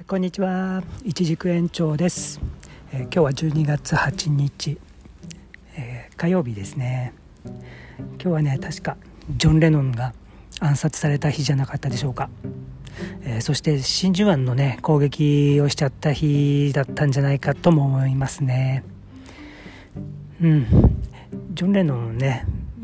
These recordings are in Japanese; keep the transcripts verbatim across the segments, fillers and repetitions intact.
こんにちは。一軸園長です、えー、今日はじゅうにがつはちにち、えー、火曜日ですね。今日はね、確かジョン・レノンが暗殺された日じゃなかったでしょうか。えー、そして真珠湾のね攻撃をしちゃった日だったんじゃないかとも思いますね。うんジョン・レノンね、うん、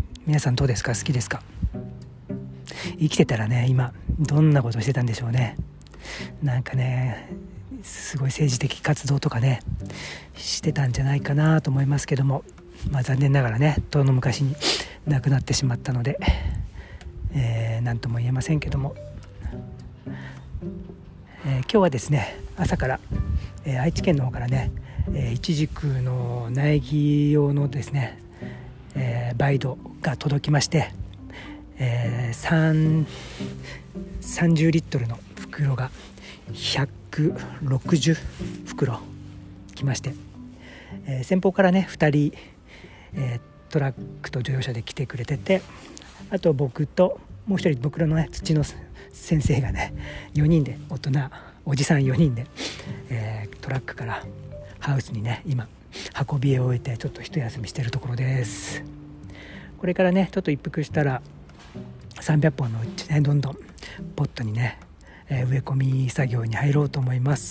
皆さんどうですか？好きですか？生きてたらね、今どんなことしてたんでしょうね。なんかね、すごい政治的活動とかねしてたんじゃないかなと思いますけども、まあ残念ながらね遠の昔に亡くなってしまったので、えー、なんとも言えませんけども、えー、今日はですね、朝から、えー、愛知県の方からね、えー、イチジクの苗木用のですね、えー、バイドが届きまして、えー、さんじゅうリットルの袋がひゃくろくじゅうふくろ来まして、えー、先方からねふたり、えー、トラックと乗用車で来てくれてて、あと僕ともう一人僕らのね土の先生がねよにんで、大人おじさんよにんで、えー、トラックからハウスにね今運びを終えてちょっと一休みしているところです。これからねちょっと一服したらさんびゃっぽんのうちねどんどんポットにね、えー、植え込み作業に入ろうと思います。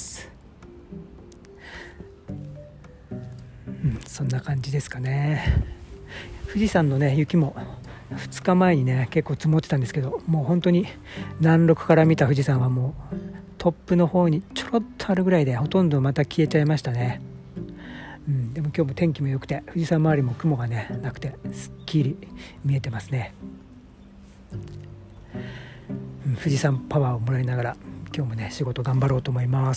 うん、そんな感じですかね。富士山のね雪もふつかまえにね結構積もってたんですけど、もう本当に南麓から見た富士山はもうトップの方にちょろっとあるぐらいで、ほとんどまた消えちゃいましたね。うん、でも今日も天気も良くて、富士山周りも雲がねなくてすっきり見えてますね。うん、富士山パワーをもらいながら今日もね仕事頑張ろうと思います。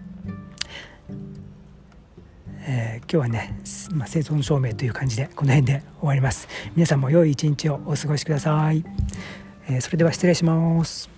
えー、今日はね、まあ、生存証明という感じでこの辺で終わります。皆さんも良い一日をお過ごしください。えー、それでは失礼します。